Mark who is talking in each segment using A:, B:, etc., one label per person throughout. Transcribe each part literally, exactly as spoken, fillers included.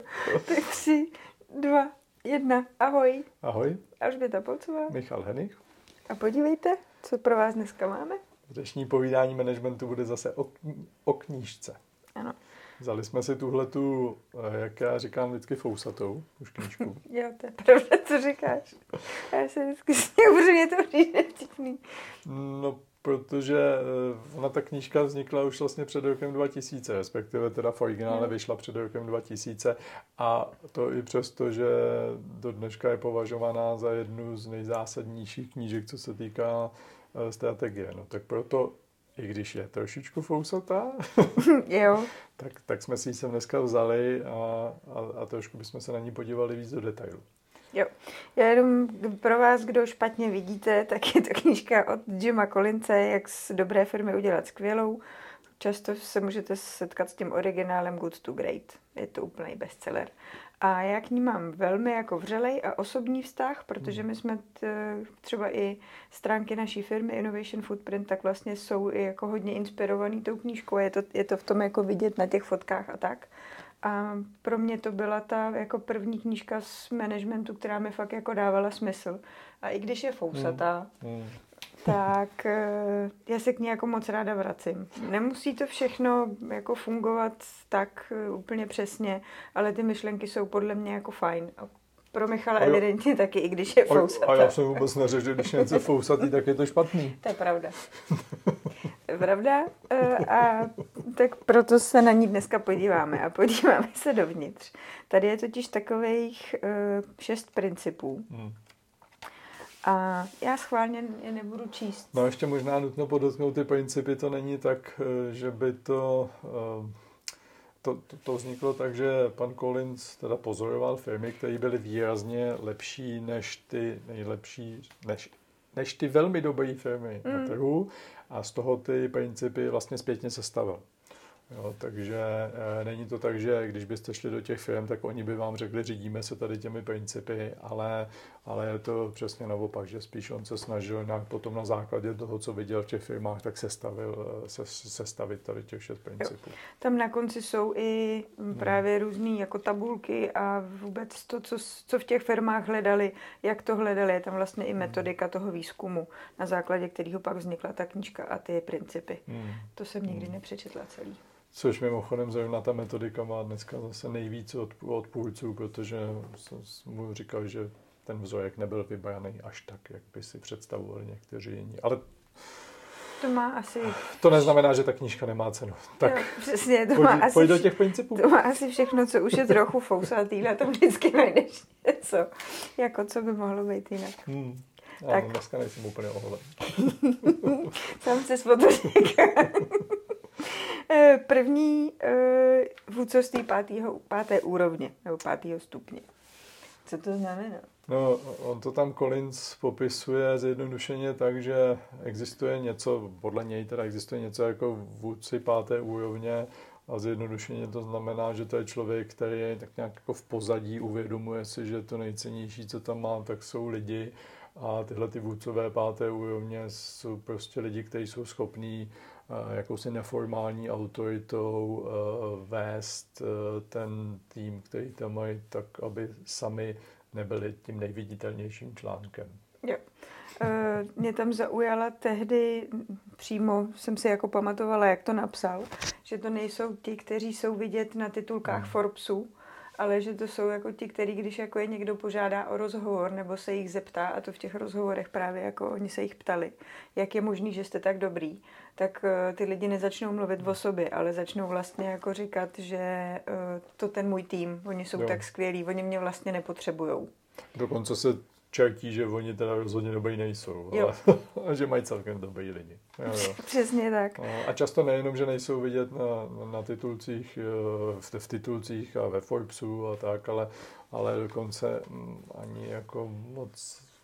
A: Tak tři, dva, jedna, ahoj.
B: Ahoj.
A: Alžběta Polcová.
B: Michal Henich.
A: A podívejte, co pro vás dneska máme.
B: Dnešní povídání managementu bude zase o, kni- o knížce.
A: Ano.
B: Vzali jsme si tuhletu, jak já říkám vždycky, fousatou, už knížku.
A: Jo, to je pravda, co říkáš. Já se vždycky sněhu, protože mě to přijde vtipný.
B: No, protože ona ta knížka vznikla už vlastně před rokem dva tisíce, respektive teda v originále vyšla před rokem dva tisíce a to i přesto, že do dneška je považovaná za jednu z nejzásadnějších knížek, co se týká strategie. No tak proto, i když je trošičku fousatá,
A: jo.
B: tak, tak jsme si ji sem dneska vzali a, a, a trošku bychom se na ní podívali víc do detailu.
A: Jo. Já jenom pro vás, kdo špatně vidíte, tak je to knížka od Jima Collinse, jak z dobré firmy udělat skvělou. Často se můžete setkat s tím originálem Good to Great. Je to úplný bestseller. A já k ní mám velmi jako vřelej a osobní vztah, protože my jsme t, třeba i stránky naší firmy Innovation Footprint, tak vlastně jsou i jako hodně inspirovaný tou knížkou. Je to, je to v tom jako vidět na těch fotkách a tak. A pro mě to byla ta jako první knížka z managementu, která mi fakt jako dávala smysl. A i když je fousatá, mm. Mm. tak já se k ní jako moc ráda vracím. Nemusí to všechno jako fungovat tak úplně přesně, ale ty myšlenky jsou podle mě jako fajn. A pro Michala evidentně taky, i když je fousatá.
B: A já jsem vůbec neřekl, že když něco fousatý, tak je to špatný.
A: To je pravda. To je pravda. A tak proto se na ní dneska podíváme a podíváme se dovnitř. Tady je totiž takových šest principů. Hmm. A já schválně je nebudu číst.
B: No ještě možná nutno podotknout ty principy, to není tak, že by to... To, to, to vzniklo tak, že pan Collins teda pozoroval firmy, které byly výrazně lepší než ty nejlepší, než, než ty velmi dobré firmy mm. na trhu a z toho ty principy vlastně zpětně sestavil. Jo, takže e, není to tak, že když byste šli do těch firm, tak oni by vám řekli, řídíme se tady těmi principy, ale, ale je to přesně naopak, že spíš on se snažil nějak potom na základě toho, co viděl v těch firmách, tak sestavil, se, sestavit tady těch šest principů.
A: Jo. Tam na konci jsou i právě hmm. různý jako tabulky a vůbec to, co, co v těch firmách hledali, jak to hledali, je tam vlastně i metodika hmm. toho výzkumu, na základě kterého pak vznikla ta knížka a ty principy. Hmm. To jsem nikdy hmm. nepřečetla celý.
B: Což mimochodem zrovna ta metodika má dneska zase nejvíc odpůrců, protože jsem mu říkal, že ten vzorek nebyl vybraný až tak, jak by si představovali někteří jiní. Ale
A: to má asi...
B: To neznamená, že ta knížka nemá cenu. Tak
A: jo, přesně, to
B: pojď,
A: má asi...
B: Pojď do těch principů.
A: To má asi všechno, co už je trochu fousatý, na tom vždycky najdeš něco, jako co by mohlo být jinak. Hmm.
B: Tak. Já dneska nejsem úplně oholen.
A: Sám se spotoříká. První uh, vůdcovství pátého, páté úrovně, nebo pátého stupně. Co to znamená?
B: No, on to tam Collins popisuje zjednodušeně tak, že existuje něco, podle něj teda existuje něco jako vůdci páté úrovně a zjednodušeně to znamená, že to je člověk, který je tak nějak jako v pozadí, uvědomuje si, že to nejcennější, co tam má, tak jsou lidi a tyhle ty vůdcové páté úrovně jsou prostě lidi, kteří jsou schopní jakousi neformální autoritou vést ten tým, který tam mají, tak aby sami nebyli tím nejviditelnějším článkem.
A: Jo. E, mě tam zaujala tehdy, přímo jsem si jako pamatovala, jak to napsal, že to nejsou ti, kteří jsou vidět na titulkách hmm. Forbesu, ale že to jsou jako ti, kteří, když jako je někdo požádá o rozhovor nebo se jich zeptá, a to v těch rozhovorech právě jako oni se jich ptali, jak je možný, že jste tak dobrý, tak uh, ty lidi nezačnou mluvit o sobě, ale začnou vlastně jako říkat, že uh, to ten můj tým, oni jsou jo. tak skvělí, oni mě vlastně nepotřebujou.
B: Dokonce se čertí, že oni teda rozhodně dobrý nejsou, ale že mají celkem dobrý lidi. Jo, jo.
A: Přesně tak.
B: A často nejenom, že nejsou vidět na, na titulcích, v, v titulcích a ve Forbesu a tak, ale, ale dokonce ani jako moc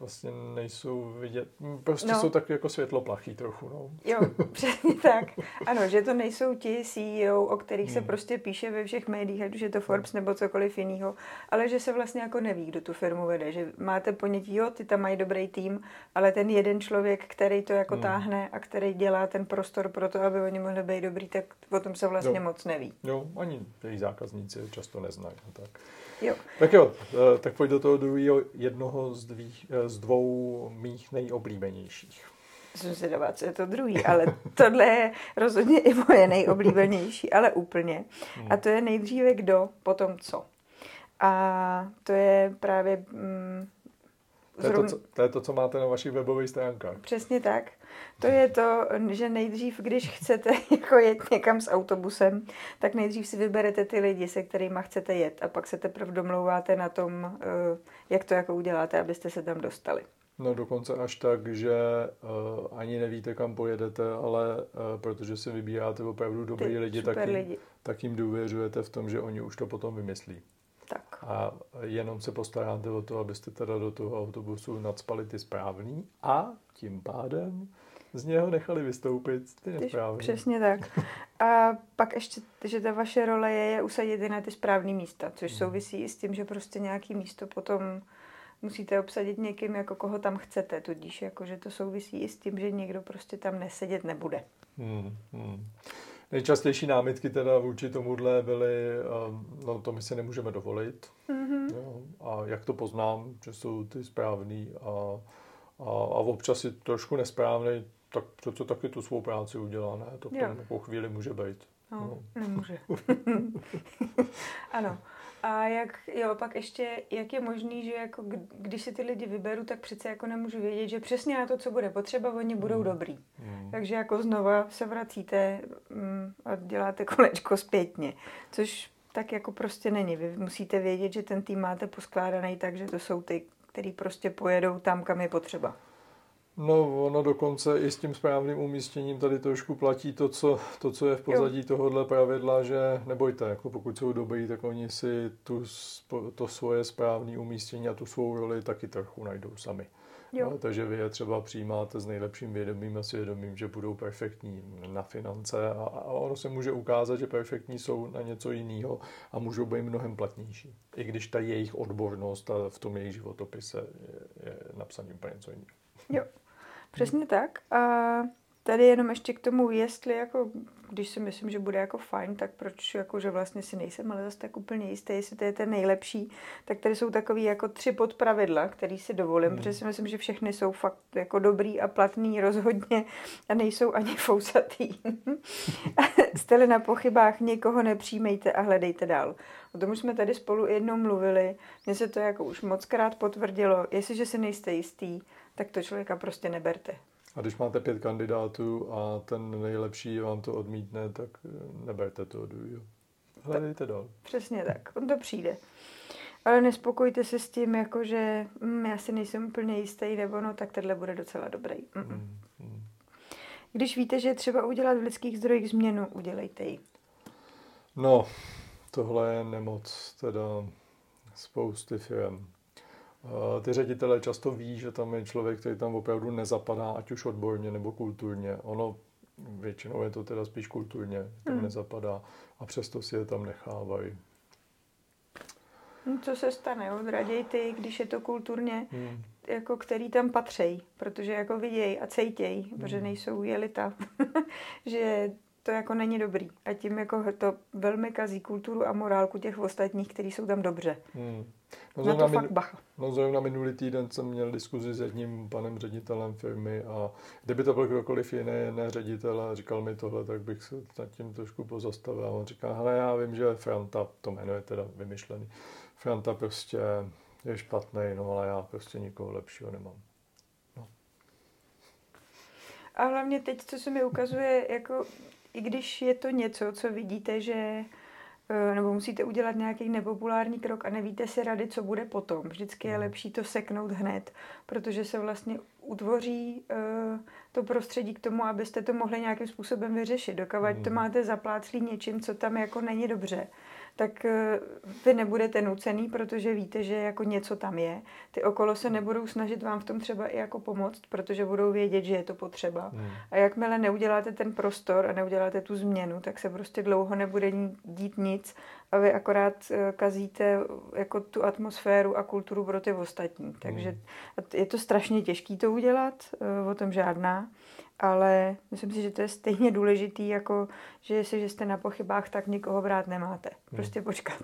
B: vlastně nejsou vidět, prostě
A: no.
B: jsou tak jako světloplachý trochu, no.
A: Jo, přesně tak. Ano, že to nejsou ti C E O, o kterých se
B: Hmm.
A: prostě píše ve všech médiích, ať už je to Forbes nebo cokoliv jiného, ale že se vlastně jako neví, kdo tu firmu vede, že máte ponětí, jo, ty tam mají dobrý tým, ale ten jeden člověk, který to jako
B: Hmm.
A: táhne a který dělá ten prostor pro to, aby oni mohli být dobrý, tak o tom se vlastně
B: Jo.
A: moc neví.
B: Jo, ani její zákazníci je často neznají. Tak.
A: Jo.
B: tak jo, tak pojď do toho druhého, jednoho z, dví, z dvou mých nejoblíbenějších.
A: Jsem si dala, co je to druhý, ale tohle je rozhodně i moje nejoblíbenější, ale úplně.
B: Hmm.
A: A to je nejdříve kdo, potom co. A to je právě... Mm,
B: to, je to, co, to je to, co máte na vašich webových stránkách.
A: Přesně tak. To je to, že nejdřív, když chcete jako jet někam s autobusem, tak nejdřív si vyberete ty lidi, se kterými chcete jet a pak se teprve domlouváte na tom, jak to jako uděláte, abyste se tam dostali.
B: No dokonce až tak, že uh, ani nevíte, kam pojedete, ale uh, protože si vybíráte opravdu dobrý ty lidi, tak jim,
A: lidi,
B: tak jim důvěřujete v tom, že oni už to potom vymyslí.
A: Tak.
B: A jenom se postaráte o to, abyste teda do toho autobusu nacpali ty správný a tím pádem z něho nechali vystoupit ty nesprávný.
A: Přesně tak. A pak ještě, že ta vaše role je, je usadit na ty správné místa, což hmm. souvisí i s tím, že prostě nějaký místo potom musíte obsadit někým, jako koho tam chcete, tudíž jako, že to souvisí i s tím, že někdo prostě tam nesedět nebude.
B: Hmm, hmm. Nejčastější námitky teda vůči tomuhle byly, no to my si nemůžeme dovolit.
A: Mm-hmm.
B: Jo, a jak to poznám, že jsou ty správný a, a, a občas je trošku nesprávný, tak přece taky tu svou práci udělá, ne? To po chvíli může být.
A: No, no. Nemůže. Ano. A jak, jo, pak ještě, jak je možný, že jako když si ty lidi vyberu, tak přece jako nemůžu vědět, že přesně na to, co bude potřeba, oni budou mm. dobrý. Mm. Takže jako znova se vracíte mm, a děláte kolečko zpětně, což tak jako prostě není. Vy musíte vědět, že ten tým máte poskládaný tak, že to jsou ty, který prostě pojedou tam, kam je potřeba.
B: No, ono dokonce i s tím správným umístěním tady trošku platí to, co, to, co je v pozadí jo. tohohle pravidla, že nebojte, jako pokud jsou dobrý, tak oni si tu, to svoje správné umístění a tu svou roli taky trochu najdou sami. No, takže vy je třeba přijímáte s nejlepším vědomím a svědomím, že budou perfektní na finance a, a ono se může ukázat, že perfektní jsou na něco jiného a můžou být mnohem platnější. I když ta jejich odbornost a v tom jejich životopise je, je napsaný úplně něco jiného.
A: Jo. Přesně tak. A tady jenom ještě k tomu, jestli jako, když si myslím, že bude jako fajn, tak proč, jako, že vlastně si nejsem, ale zase tak úplně jistý, jestli to je ten nejlepší, tak tady jsou takový jako tři podpravidla, který si dovolím, hmm. protože si myslím, že všechny jsou fakt jako dobrý a platný rozhodně a nejsou ani fousatý. Jste-li na pochybách, někoho nepřijmejte a hledejte dál. O tom už jsme tady spolu jednou mluvili, mně se to jako už mockrát potvrdilo, jestliže si nejste jistý, tak to člověka prostě neberte.
B: A když máte pět kandidátů a ten nejlepší vám to odmítne, tak neberte to. Hledejte dál.
A: Přesně tak, on to přijde. Ale nespokojte se s tím, jakože mm, já si nejsem úplně jistý, nebo no, tak tenhle bude docela dobrý. Mm, mm. Když víte, že je třeba udělat v lidských zdrojích změnu, udělejte ji.
B: No, tohle je nemoc, teda spousty firm. Ty ředitelé často ví, že tam je člověk, který tam opravdu nezapadá, ať už odborně nebo kulturně. Ono většinou je to teda spíš kulturně, tam hmm. nezapadá a přesto si je tam nechávají.
A: No, co se stane? Raději ty, když je to kulturně, hmm. jako který tam patří, protože jako vidějí a cejtějí, hmm. protože nejsou jelita, že to jako není dobrý. A tím jako to velmi kazí kulturu a morálku těch ostatních, kteří jsou tam dobře. Hmm.
B: No,
A: na to
B: min...
A: fakt bacha.
B: No zrovna minulý týden jsem měl diskuzi s jedním panem ředitelem firmy a kdyby to byl kdokoliv jiný, jiný ředitel a říkal mi tohle, tak bych se nad tím trošku pozastavil. A on říká, hele, já vím, že Franta, to jméno je teda vymyšlený, Franta prostě je špatný, no ale já prostě nikoho lepšího nemám. No.
A: A hlavně teď, co se mi ukazuje, jako i když je to něco, co vidíte, že nebo musíte udělat nějaký nepopulární krok a nevíte si rady, co bude potom. Vždycky je lepší to seknout hned, protože se vlastně utvoří uh, to prostředí k tomu, abyste to mohli nějakým způsobem vyřešit. Dokavať to máte zapláclý něčím, co tam jako není dobře, tak vy nebudete nucený, protože víte, že jako něco tam je. Ty okolo se nebudou snažit vám v tom třeba i jako pomoct, protože budou vědět, že je to potřeba. Hmm. A jakmile neuděláte ten prostor a neuděláte tu změnu, tak se prostě dlouho nebude dít nic a vy akorát kazíte jako tu atmosféru a kulturu pro ty ostatní. Takže je to strašně těžké to udělat, o tom žádná. Ale myslím si, že to je stejně důležitý, jako že jestliže jste na pochybách, tak nikoho brát nemáte. Prostě počkat.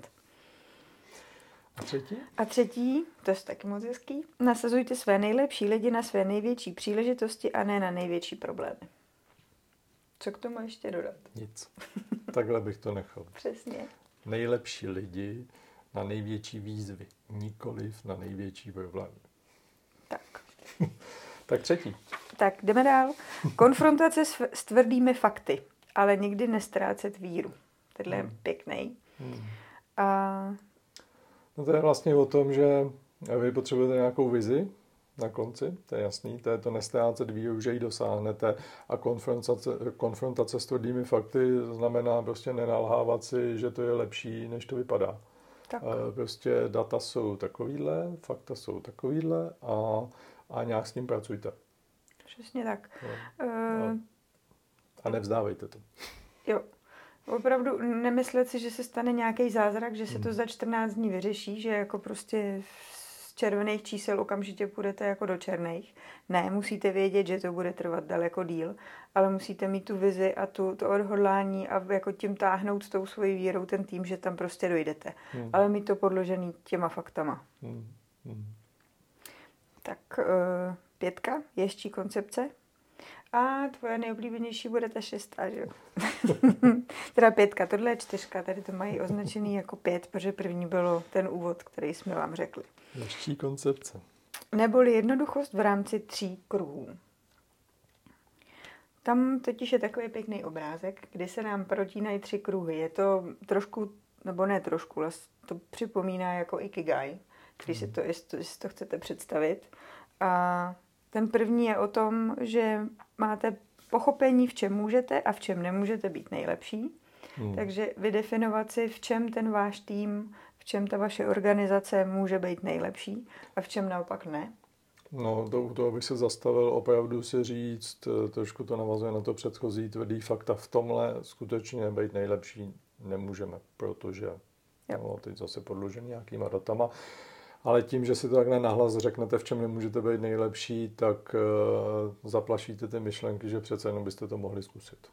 B: A třetí?
A: A třetí, to je taky moc hezký, nasazujte své nejlepší lidi na své největší příležitosti a ne na největší problémy. Co k tomu ještě dodat?
B: Nic. Takhle bych to nechal.
A: Přesně.
B: Nejlepší lidi na největší výzvy, nikoliv na největší problémy.
A: Tak.
B: Tak třetí.
A: Tak jdeme dál. Konfrontace s, s tvrdými fakty, ale nikdy nestrácet víru. Tohle je hmm. pěkný. Hmm. A...
B: No to je vlastně o tom, že vy potřebujete nějakou vizi na konci, to je jasný, to je to nestrácet víru, že ji dosáhnete a konfrontace, konfrontace s tvrdými fakty znamená prostě nenalhávat si, že to je lepší, než to vypadá. Tak. Prostě data jsou takovýhle, fakta jsou takovýhle a, a nějak s tím pracujte.
A: Přesně tak.
B: No. Uh... A nevzdávejte to.
A: Jo. Opravdu nemyslet si, že se stane nějaký zázrak, že se to za čtrnáct dní vyřeší, že jako prostě z červených čísel okamžitě půjdete jako do černých. Ne, musíte vědět, že to bude trvat daleko díl, ale musíte mít tu vizi a tu, to odhodlání a jako tím táhnout s tou svojí vírou ten tým, že tam prostě dojdete. Hmm. Ale mít to podložený těma faktama. Hmm. Hmm. Tak uh, pětka, ještí koncepce. A tvoje nejoblíbenější bude ta šestá, že jo? Teda pětka, tohle je čtyřka, tady to mají označený jako pět, protože první bylo ten úvod, který jsme vám řekli.
B: Ještí koncepce.
A: Neboli jednoduchost v rámci tří kruhů. Tam totiž je takový pěkný obrázek, kdy se nám protínají tři kruhy. Je to trošku, nebo ne trošku, to připomíná jako ikigai, když si to, jestli to chcete představit. A ten první je o tom, že máte pochopení, v čem můžete a v čem nemůžete být nejlepší. Hmm. Takže vydefinovat si, v čem ten váš tým, v čem ta vaše organizace může být nejlepší a v čem naopak ne.
B: No, to, toho bych se zastavil opravdu si říct, trošku to navazuje na to předchozí tvrdý fakta. V tomhle skutečně být nejlepší nemůžeme, protože no, teď zase podložený nějakýma datama. Ale tím, že si to takhle nahlas řeknete, v čem nemůžete být nejlepší, tak uh, zaplašíte ty myšlenky, že přece jenom byste to mohli zkusit.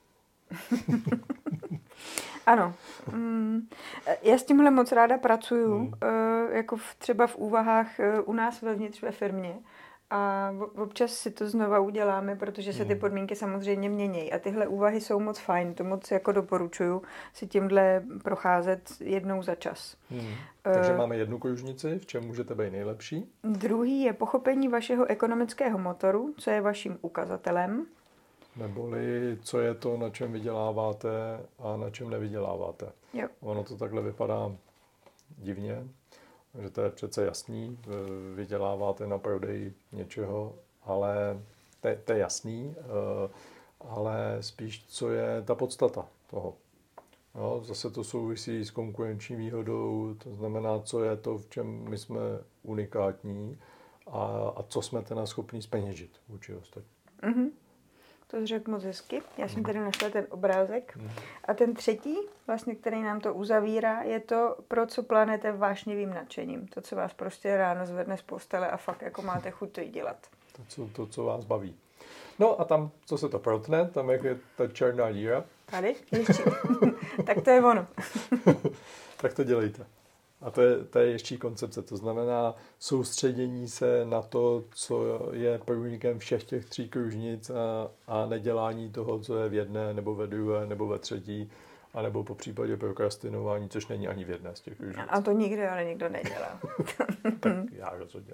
A: Ano. Mm, já s tímhle moc ráda pracuju, hmm. uh, jako v, třeba v úvahách uh, u nás vevnitř ve firmě. A občas si to znova uděláme, protože se ty podmínky samozřejmě mění. A tyhle úvahy jsou moc fajn, to moc jako doporučuju si tímhle procházet jednou za čas.
B: Hmm. Takže uh, máme jednu kružnici, v čem můžete být nejlepší.
A: Druhý je pochopení vašeho ekonomického motoru, co je vaším ukazatelem.
B: Neboli, co je to, na čem vyděláváte a na čem nevyděláváte.
A: Jo.
B: Ono to takhle vypadá divně. Že to je přece jasný, vyděláváte na prodeji něčeho, ale to, to je jasný, ale spíš, co je ta podstata toho. No, zase to souvisí s konkurenční výhodou, to znamená, co je to, v čem my jsme unikátní a, a co jsme teda schopní zpeněžit vůči ostatním.
A: Mm-hmm. To řekl moc hezky. Já jsem tady našla ten obrázek. Mm. A ten třetí, vlastně, který nám to uzavírá, je to, pro co planete vášnivým nadšením. To, co vás prostě ráno zvedne z postele a fakt jako máte chuť to dělat.
B: To, co, to, co vás baví. No a tam, co se to protne, tam jak je ta černá díra.
A: Tady? Ještě. Tak to je ono.
B: Tak to dělejte. A to je, to je ještě koncepce, to znamená soustředění se na to, co je průnikem všech těch tří kružnic a, a nedělání toho, co je v jedné, nebo ve druhé, nebo ve třetí, anebo po případě prokrastinování, což není ani v jedné z těch kružnic.
A: A to nikdo, ale nikdo nedělá.
B: Tak já rozhodně.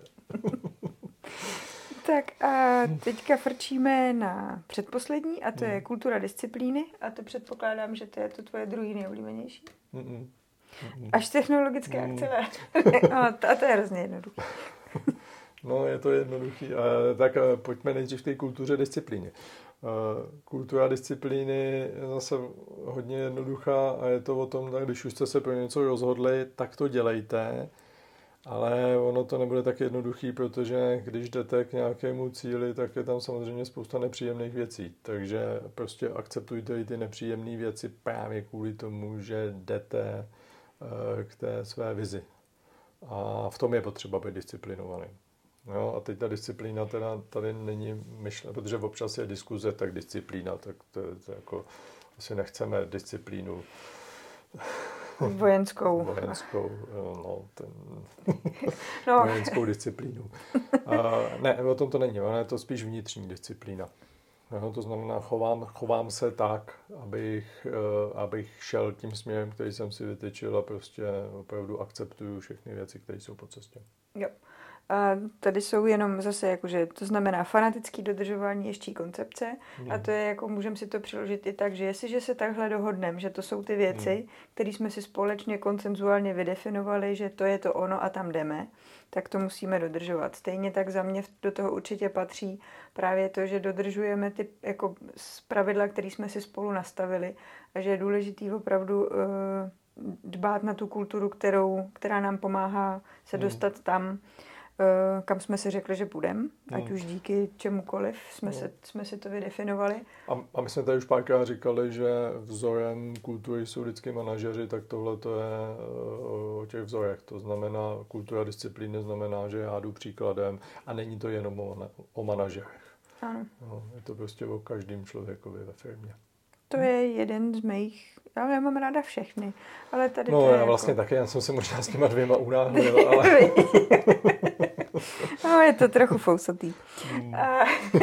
A: Tak a teďka frčíme na předposlední a to je kultura disciplíny a to předpokládám, že to je to tvoje druhý nejoblíbenější. Mm-mm. Až technologické mm. akceláře. A to je hrozně jednoduché.
B: No, je to jednoduchý. Tak pojďme nejdřív k té kultuře disciplíny. Kultura disciplíny je zase hodně jednoduchá a je to o tom, že když už jste se pro něco rozhodli, tak to dělejte, ale ono to nebude tak jednoduchý, protože když jdete k nějakému cíli, tak je tam samozřejmě spousta nepříjemných věcí. Takže prostě akceptujte i ty nepříjemné věci právě kvůli tomu, že jdete k té své vizi. A v tom je potřeba být disciplinovaný. No, a teď ta disciplína teda tady není myšlena, protože občas je diskuze, tak disciplína, tak to, to jako asi nechceme disciplínu
A: vojenskou.
B: Vojenskou, no, ten,
A: no.
B: vojenskou disciplínu. A ne, o tom to není, ale je to spíš vnitřní disciplína. No, to znamená, chovám, chovám se tak, abych, abych šel tím směrem, který jsem si vytyčil a prostě opravdu akceptuju všechny věci, které jsou po cestě.
A: Jo. A tady jsou jenom zase, jakože to znamená fanatický dodržování ještě koncepce hmm. a to je jako, můžeme si to přiložit i tak, že jestliže se takhle dohodneme, že to jsou ty věci, hmm. které jsme si společně konsenzuálně vydefinovali, že to je to ono a tam jdeme, tak to musíme dodržovat. Stejně tak za mě do toho určitě patří právě to, že dodržujeme ty jako pravidla, které jsme si spolu nastavili a že je důležitý opravdu uh, dbát na tu kulturu, kterou, která nám pomáhá se dostat hmm. tam, kam jsme si řekli, že půjdeme, hmm. ať už díky čemukoliv jsme, hmm. se, jsme si to vydefinovali.
B: A, a my jsme tady už párkrát říkali, že vzorem kultury jsou vždycky manažeři, tak tohle to je o těch vzorech. To znamená, kultura disciplíny znamená, že já jdu příkladem a není to jenom o, o manažerech.
A: Ano.
B: No, je to prostě o každém člověkovi ve firmě.
A: To je jeden z mých, já mám ráda všechny, ale tady
B: no,
A: to je
B: já
A: jako...
B: vlastně taky, já jsem se možná s těma dvěma unáhlil, ale...
A: no, je to trochu fousatý. Hmm. A,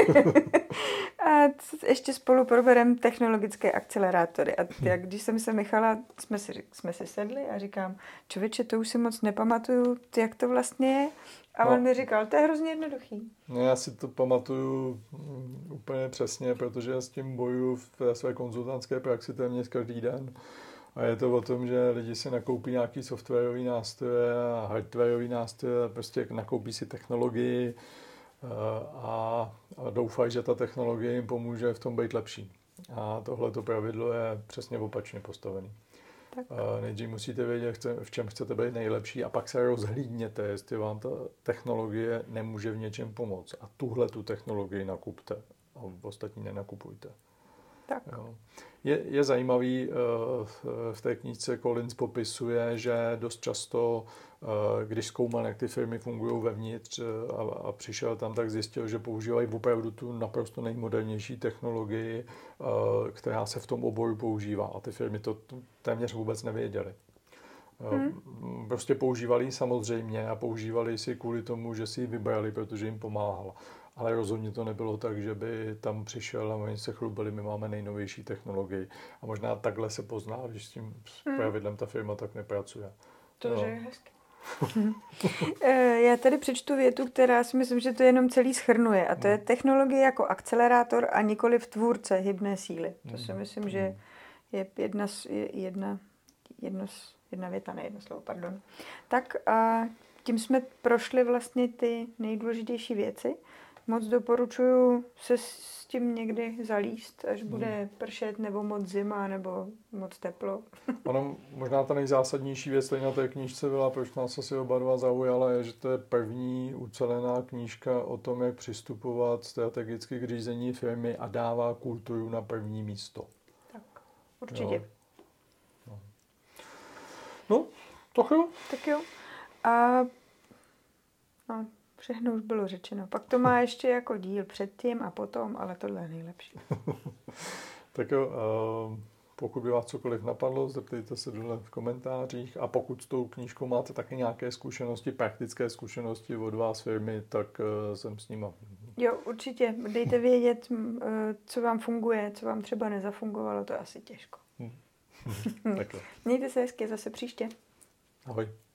A: a ještě spolu probereme technologické akcelerátory. A jak když jsem se Michala, jsme si, jsme si sedli a říkám, člověče, to už si moc nepamatuju, jak to vlastně je. A no. on mi říkal, to je hrozně jednoduchý.
B: No, já si to pamatuju úplně přesně, protože já s tím bojuju v té své konzultantské praxi téměř každý den. A je to o tom, že lidi si nakoupí nějaký softwarový nástroje a hardwarový nástroje, prostě nakoupí si technologii a, a doufají, že ta technologie jim pomůže v tom být lepší. A tohleto pravidlo je přesně opačně postavené. Nejdřív musíte vědět, v čem chcete být nejlepší a pak se rozhlídněte, jestli vám ta technologie nemůže v něčem pomoct. A tuhle tu technologii nakupte a ostatní nenakupujte.
A: Tak.
B: Je, je zajímavý, v té knížce Collins popisuje, že dost často, když zkoumal, jak ty firmy fungují vevnitř a, a přišel tam, tak zjistil, že používají opravdu tu naprosto nejmodernější technologii, která se v tom oboru používá. A ty firmy to téměř vůbec nevěděly. Hmm. Prostě používali samozřejmě a používali si kvůli tomu, že si ji vybrali, protože jim pomáhala. Ale rozhodně to nebylo tak, že by tam přišel a oni se chlubili, my máme nejnovější technologii. A možná takhle se pozná, když s tím pravidlem ta firma tak nepracuje.
A: To no. je hezky. Já tady přečtu větu, která si myslím, že to jenom celý shrnuje. A to je technologie jako akcelerátor a nikoli v tvůrce hybné síly. To si myslím, že je jedna, jedna, jedna, jedna věta, ne jedno slovo, pardon. Tak a tím jsme prošli vlastně ty nejdůležitější věci. Moc doporučuji se s tím někdy zalíst, až bude pršet, nebo moc zima, nebo moc teplo.
B: Ono, možná ta nejzásadnější věc tady na té knížce byla, proč nás asi oba dva zaujala, je, že to je první ucelená knížka o tom, jak přistupovat strategicky k řízení firmy a dává kulturu na první místo.
A: Tak, určitě.
B: Jo. No. no, tak jo.
A: Tak jo. A... No. Všechno už bylo řečeno. Pak to má ještě jako díl předtím a potom, ale tohle je nejlepší.
B: Tak jo, pokud by vás cokoliv napadlo, zeptejte se dole v komentářích a pokud s tou knížkou máte taky nějaké zkušenosti, praktické zkušenosti od vás firmy, tak jsem s nima.
A: Jo, určitě. Dejte vědět, co vám funguje, co vám třeba nezafungovalo, to je asi těžko.
B: tak jo.
A: Mějte se hezky, zase příště.
B: Ahoj.